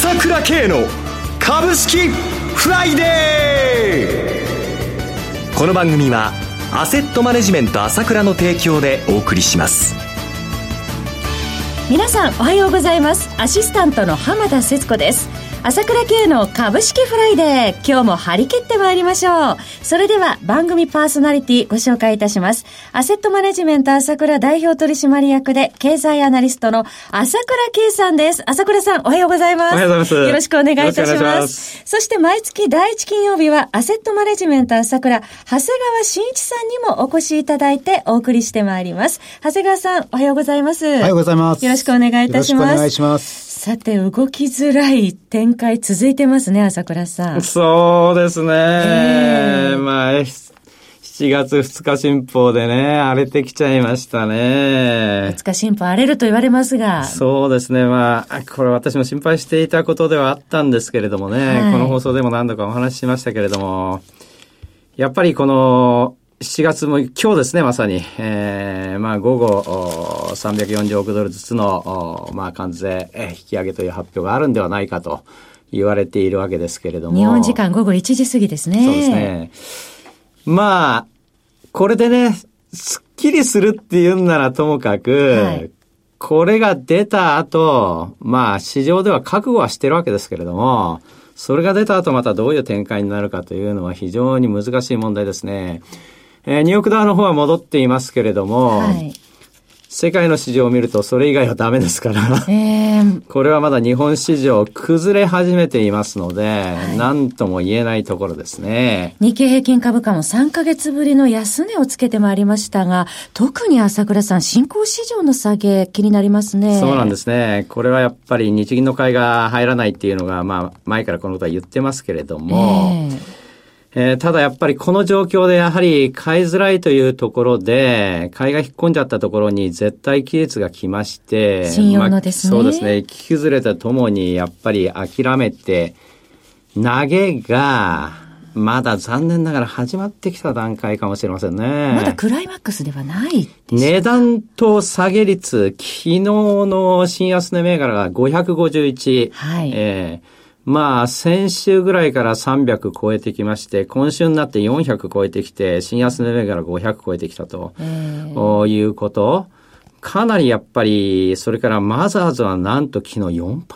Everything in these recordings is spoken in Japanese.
朝倉慶の株式フライデー。この番組はアセットマネジメント朝倉の提供でお送りします。 皆さんおはようございます。アシスタントの浜田節子です。朝倉慶の株式フライデー、今日も張り切ってまいりましょう。それでは番組パーソナリティご紹介いたします。アセットマネジメント朝倉代表取締役で経済アナリストの朝倉慶さんです。朝倉さんおはようございます。 おはようございます。 よろしくお願いいたします。そして毎月第1金曜日はアセットマネジメント朝倉長谷川慎一さんにもお越しいただいてお送りしてまいります。長谷川さんおはようございます。 おはようございます。 よろしくお願いいたします。 よろしくお願いします。 さて動きづらい展開続いてますね、朝倉さん。 そうですね。まあ7月2日新報でね、荒れてきちゃいましたね。 2日新報荒れると言われますが。 そうですね。まあこれ私も心配していたことではあったんですけれどもね、はい、この放送でも何度かお話ししましたけれども、やっぱりこの7月も今日ですね、まさに、まあ午後340億ドルずつのまあ関税引き上げという発表があるんではないかと言われているわけですけれども、 日本時間午後1時過ぎですね。 そうですね。まあこれでね、すっきりするっていうんならともかく、はい、これが出た後、まあ市場では覚悟はしてるわけですけれども、それが出た後またどういう展開になるかというのは非常に難しい問題ですね。ニューヨークダウの方は戻っていますけれども、はい、世界の市場を見るとそれ以外はダメですから、これはまだ日本市場崩れ始めていますので、はい、何とも言えないところですね。 日経平均株価も3ヶ月ぶりの安値をつけてまいりましたが、特に朝倉さん、新興市場の下げ気になりますね。 そうなんですね。これはやっぱり日銀の買いが入らないっていうのが、まあ前からこのことは言ってますけれども、ただやっぱりこの状況でやはり買いづらいというところで、買いが引っ込んじゃったところに絶対期日が来まして、 信用のですね。 そうですね。気崩れたともにやっぱり諦めて、投げがまだ残念ながら始まってきた段階かもしれませんね。 まだクライマックスではないですか。 値段と下げ率、昨日の新安値銘柄が551。 はい。 まあ先週ぐらいから300超えてきまして、今週になって400超えてきて、新安値銘柄500超えてきたということ。かなりやっぱり、それからマザーズはなんと昨日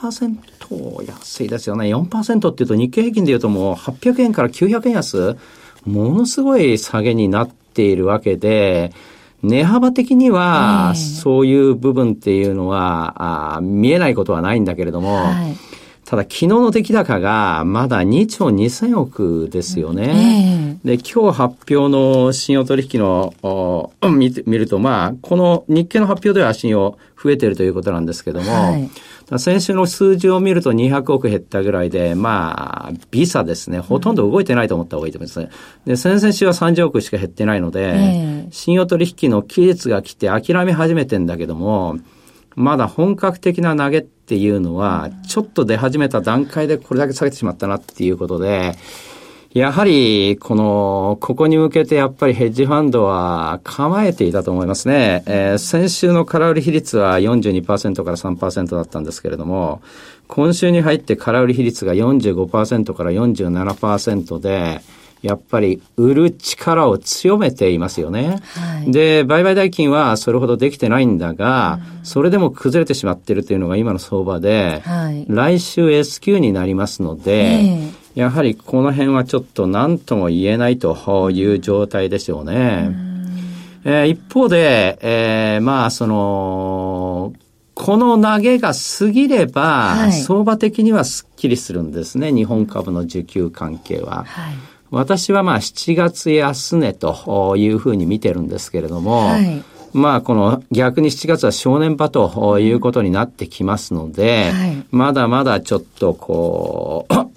4% 安いですよね。 4% っていうと日経平均でいうともう800円から900円安、ものすごい下げになっているわけで、値幅的にはそういう部分っていうのは見えないことはないんだけれども、はい、ただ昨日の出来高がまだ2兆2000億ですよね。で、今日発表の信用取引の見ると、まあこの日経の発表では信用増えているということなんですけども、はい、先週の数字を見ると200億減ったぐらいで、まあビザですね、ほとんど動いてないと思った方がいいと思いますね。で、先々週は30億しか減ってないので、信用取引の期日が来て諦め始めてんだけども、まだ本格的な投げっていうのはちょっと出始めた段階でこれだけ下げてしまったなっていうことで、やはりここに向けてやっぱりヘッジファンドは構えていたと思いますね。先週の空売り比率は 42% から 3% だったんですけれども、今週に入って空売り比率が 45% から 47% で、やっぱり売る力を強めていますよね。はい、で、売買代金はそれほどできてないんだが、それでも崩れてしまっているというのが今の相場で、はい、来週 S q になりますので、やはりこの辺はちょっと何とも言えないという状態でしょうね。一方で、まあこの投げが過ぎれば、はい、相場的にはスッキリするんですね。日本株の需給関係は。はい、私はまあ7月安値というふうに見てるんですけれども、はい、まあこの逆に7月は正念場ということになってきますので、はい、まだまだちょっと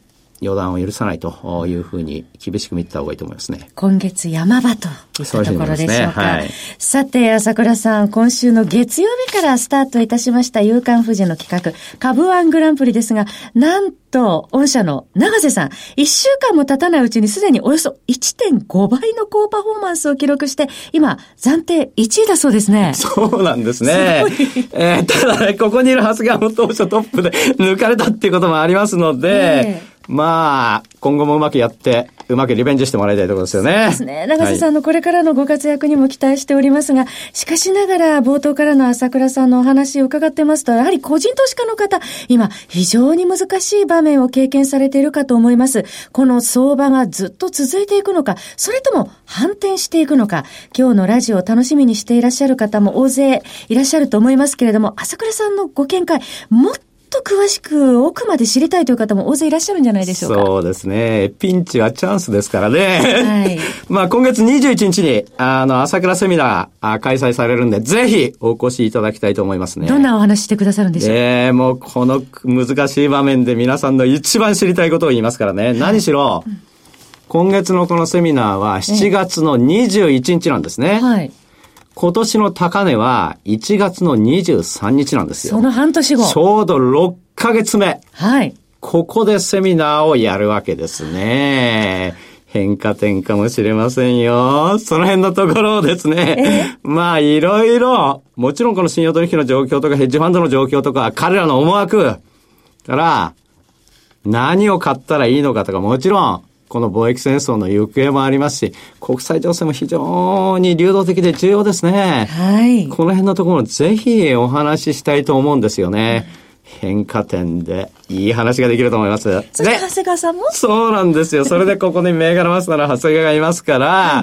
予断を許さないというふうに厳しく見てた方がいいと思いますね。 今月山場といったところでしょうか。 はい、 さて、朝倉さん、今週の月曜日からスタートいたしました夕刊フジの企画、株ワングランプリですが、なんと、御社の永瀬さん、1週間も経たないうちにすでにおよそ 1.5 倍の高パフォーマンスを記録して、今、暫定1位だそうですね。 そうなんですね。ただね、ここにいる長谷川も当初トップで抜かれたっていうこともありますので、まあ、今後もうまくやって、うまくリベンジしてもらいたいところですよね。 そうですね。永瀬さんのこれからのご活躍にも期待しておりますが、しかしながら冒頭からの朝倉さんのお話を伺ってますと、やはり個人投資家の方、今、非常に難しい場面を経験されているかと思います。この相場がずっと続いていくのか、それとも反転していくのか、今日のラジオを楽しみにしていらっしゃる方も大勢いらっしゃると思いますけれども、朝倉さんのご見解、もっと詳しく奥まで知りたいという方も大勢いらっしゃるんじゃないでしょうか。 そうですね。ピンチはチャンスですからね。 はい。 まあ今月21日に朝倉セミナー開催されるんで、ぜひお越しいただきたいと思いますね。 どんなお話してくださるんでしょう。 もうこの難しい場面で皆さんの一番知りたいことを言いますからね。何しろ、今月のこのセミナーは7月の21日なんですね。はい。今年の高値は1月の23日なんですよ。 その半年後。 ちょうど6ヶ月目。 はい。 ここでセミナーをやるわけですね。変化点かもしれませんよ。その辺のところをですね。まあいろいろ、もちろんこの信用取引の状況とかヘッジファンドの状況とか彼らの思惑から何を買ったらいいのかとかもちろんこの貿易戦争の行方もありますし、国際情勢も非常に流動的で重要ですね。はい。この辺のところをぜひお話ししたいと思うんですよね。変化点でいい話ができると思います。 そして長谷川さんもそうなんですよ。それでここに銘柄マスターの長谷川がいますから、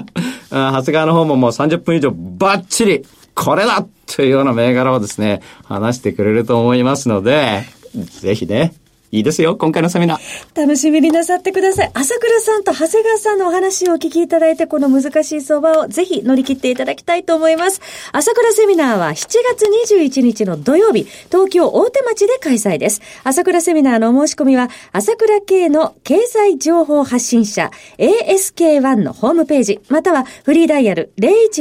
長谷川の方ももう30分以上バッチリこれだというような銘柄をですね、話してくれると思いますので、ぜひね。いいですよ、今回のセミナー。 楽しみになさってください。朝倉さんと長谷川さんのお話をお聞きいただいて、この難しい相場をぜひ乗り切っていただきたいと思います。朝倉セミナーは7月21日の土曜日、東京大手町で開催です。朝倉セミナーのお申し込みは、朝倉系の経済情報発信者 ASK1 のホームページ、またはフリーダイヤル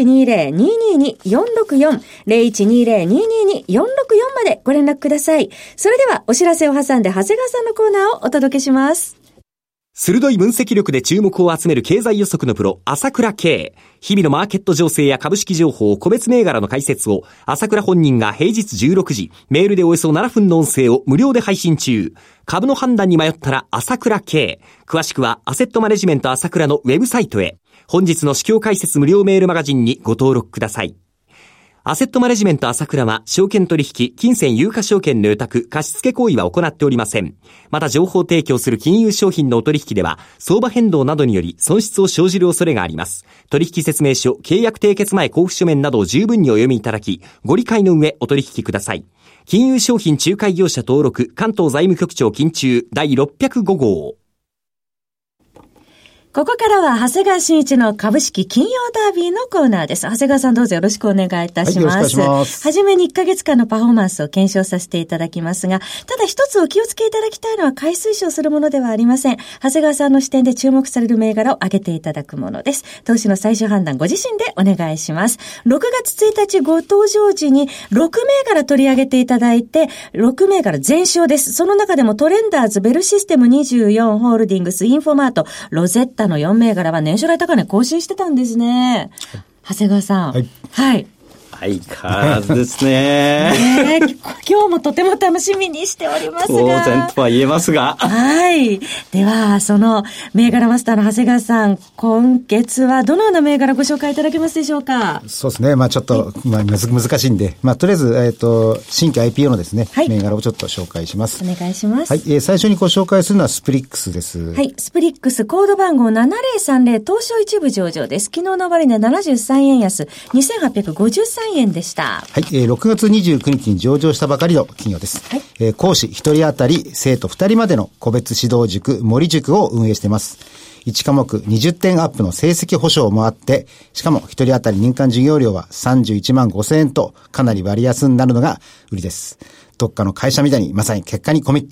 0120-222-464 0120-222-464 までご連絡ください。それではお知らせを挟んで長谷川さんのコーナーをお届けします。 鋭い分析力で注目を集める経済予測のプロ、朝倉慶。日々のマーケット情勢や株式情報、個別銘柄の解説を、朝倉本人が平日16時、メールでおよそ7分の音声を無料で配信中。株の判断に迷ったら朝倉慶。詳しくは、アセットマネジメント朝倉のウェブサイトへ。本日の市況解説無料メールマガジンにご登録ください。アセットマネジメント朝倉は、証券取引、金銭有価証券の予託、貸付行為は行っておりません。また情報提供する金融商品のお取引では、相場変動などにより損失を生じる恐れがあります。取引説明書、契約締結前交付書面などを十分にお読みいただき、ご理解の上お取引ください。金融商品仲介業者登録、関東財務局長金中第605号。 ここからは長谷川慎一の株式金曜ダービーのコーナーです。長谷川さんどうぞよろしくお願いいたします。はい、よろしくお願いします。はじめに1ヶ月間のパフォーマンスを検証させていただきますが、ただ一つお気をつけいただきたいのは買い推奨するものではありません。長谷川さんの視点で注目される銘柄を挙げていただくものです。投資の最終判断ご自身でお願いします。6月1日ご登場時に6銘柄取り上げていただいて、6銘柄全勝です。その中でもトレンダーズ、ベルシステム24、ホールディングス、インフォマート、ロゼッタの4銘柄は年初来高値更新してたんですね。長谷川さん。はい。はい。 相変わらずですね。 今日もとても楽しみにしておりますが。 当然とは言えますが。 はい。では、その銘柄マスターの長谷川さん、今月はどのような銘柄ご紹介いただけますでしょうか。 そうですね。まあちょっと、難しいんで、とりあえず、新規 IPO のですね、銘柄をちょっと紹介します。 お願いします。 はい。最初にご紹介するのはスプリックスです。 はい。スプリックス、コード番号7030、東証一部上場です。昨日の終値73円安、2853円でした。 はい。6月29日に上場したばかりの企業です。はい。講師1人当たり生徒2人までの個別指導塾、森塾を運営しています。1科目20点アップの成績保証もあって、しかも1人当たり年間授業料は31万5千円とかなり割安になるのが売りです。どっかの会社みたいにまさに結果にコミット。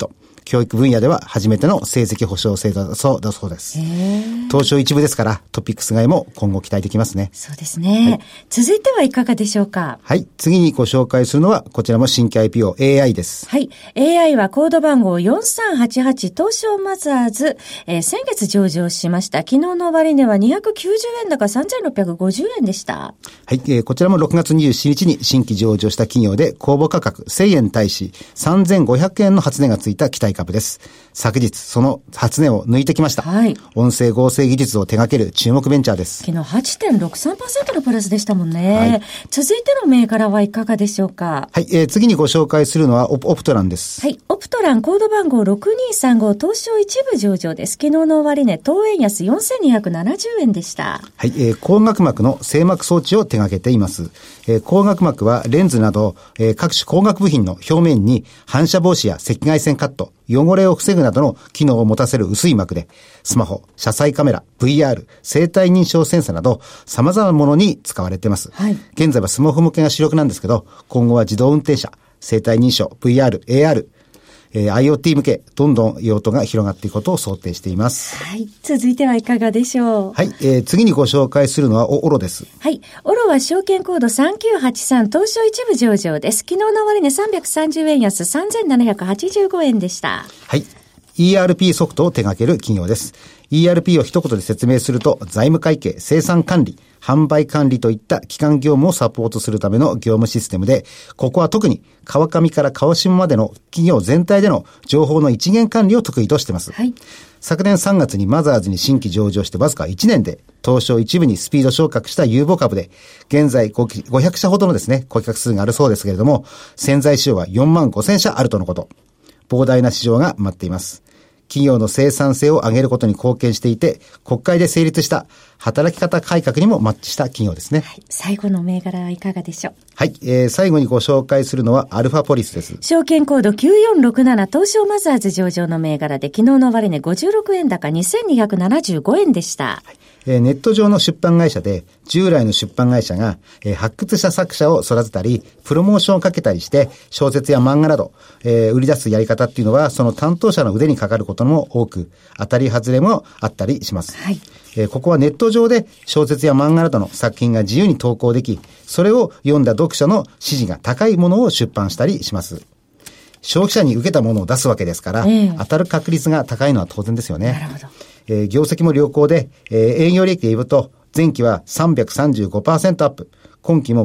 教育分野では初めての成績保証制度だそうです。東証一部ですからトピックス買いも今後期待できますね。 そうですね、はい、続いてはいかがでしょうか。 はい、次にご紹介するのはこちらも新規 IPO AI です。 はい、AI はコード番号4388東証マザーズ、先月上場しました。昨日の終値は290円高3650円でした。 はい、こちらも6月27日に新規上場した企業で公募価格1000円に対し3500円の初値がついた期待株です。昨日その初値を抜いてきました。はい、音声合成技術を手掛ける注目ベンチャーです。 昨日 8.63% のプラスでしたもんね。はい、続いての銘柄はいかがでしょうか。 はい、次にご紹介するのはオプトランです。 はい、オプトランコード番号6235東証一部上場です。昨日の終値当円安4270円でした。 はい、光学膜の精膜装置を手掛けています。光学膜はレンズなど、各種光学部品の表面に反射防止や赤外線カット、汚れを防ぐなどの機能を持たせる薄い膜で、スマホ、車載カメラ、VR、生体認証センサーなど様々なものに使われています。はい、現在はスマホ向けが主力なんですけど、今後は自動運転車、生体認証、VR、AR、IoT 向け、どんどん用途が広がっていくことを想定しています。 はい。続いてはいかがでしょう。 はい。次にご紹介するのはオロです。 はい。オロは証券コード3983東証一部上場です。昨日の終値330円安3785円でした。 はい。ERP ソフトを手掛ける企業です。ERP を一言で説明すると、財務会計、生産管理、販売管理といった基幹業務をサポートするための業務システムで、ここは特に川上から川下までの企業全体での情報の一元管理を得意としています。はい、昨年3月にマザーズに新規上場してわずか1年で東証一部にスピード昇格した有望株で、現在500社ほどのですね、顧客数があるそうですけれども、潜在市場は4万5000社あるとのこと。膨大な市場が待っています。企業の生産性を上げることに貢献していて、国会で成立した働き方改革にもマッチした企業ですね。 はい、最後の銘柄はいかがでしょう。 はい、最後にご紹介するのはアルファポリスです。 証券コード9467東証マザーズ上場の銘柄で、昨日の終値56円高2275円でした。はい、 ネット上の出版会社で、従来の出版会社が、発掘した作者を育てたり、プロモーションをかけたりして、小説や漫画など、売り出すやり方っていうのは、その担当者の腕にかかることも多く、当たり外れもあったりします。はい、ここはネット上で小説や漫画などの作品が自由に投稿でき、それを読んだ読者の支持が高いものを出版したりします。消費者に受けたものを出すわけですから、当たる確率が高いのは当然ですよね。なるほど。業績も良好で、営業利益で言うと、前期は 335% アップ、今期も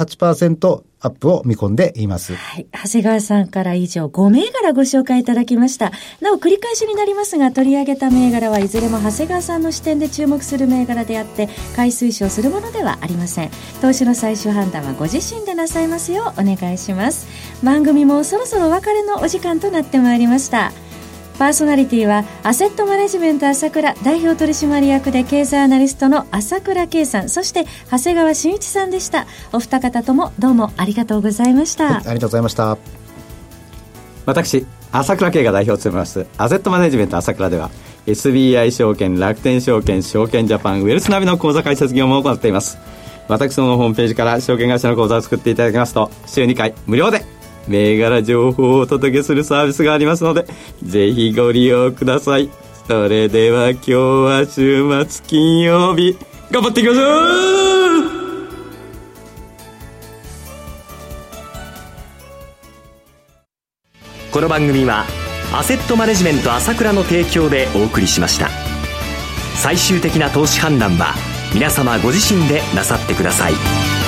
58% アップを見込んでいます。 はい。長谷川さんから以上5銘柄ご紹介いただきました。なお繰り返しになりますが、取り上げた銘柄はいずれも長谷川さんの視点で注目する銘柄であって、買い推奨するものではありません。投資の最終判断はご自身でなさいますようお願いします。番組もそろそろお別れのお時間となってまいりました。パーソナリティはアセットマネジメント朝倉代表取締役で経済アナリストの朝倉圭さん、そして長谷川慎一さんでした。お二方ともどうもありがとうございました。 はい、ありがとうございました。 私朝倉圭が代表を務めますアセットマネジメント朝倉では SBI 証券、楽天証券、証券ジャパン、ウェルスナビの口座開設業務を行っています。私のホームページから証券会社の口座を作っていただきますと、週2回無料で銘柄情報をお届けするサービスがありますので、ぜひご利用ください。それでは今日は週末金曜日、頑張っていきましょう。 この番組はアセットマネジメント朝倉の提供でお送りしました。最終的な投資判断は皆様ご自身でなさってください。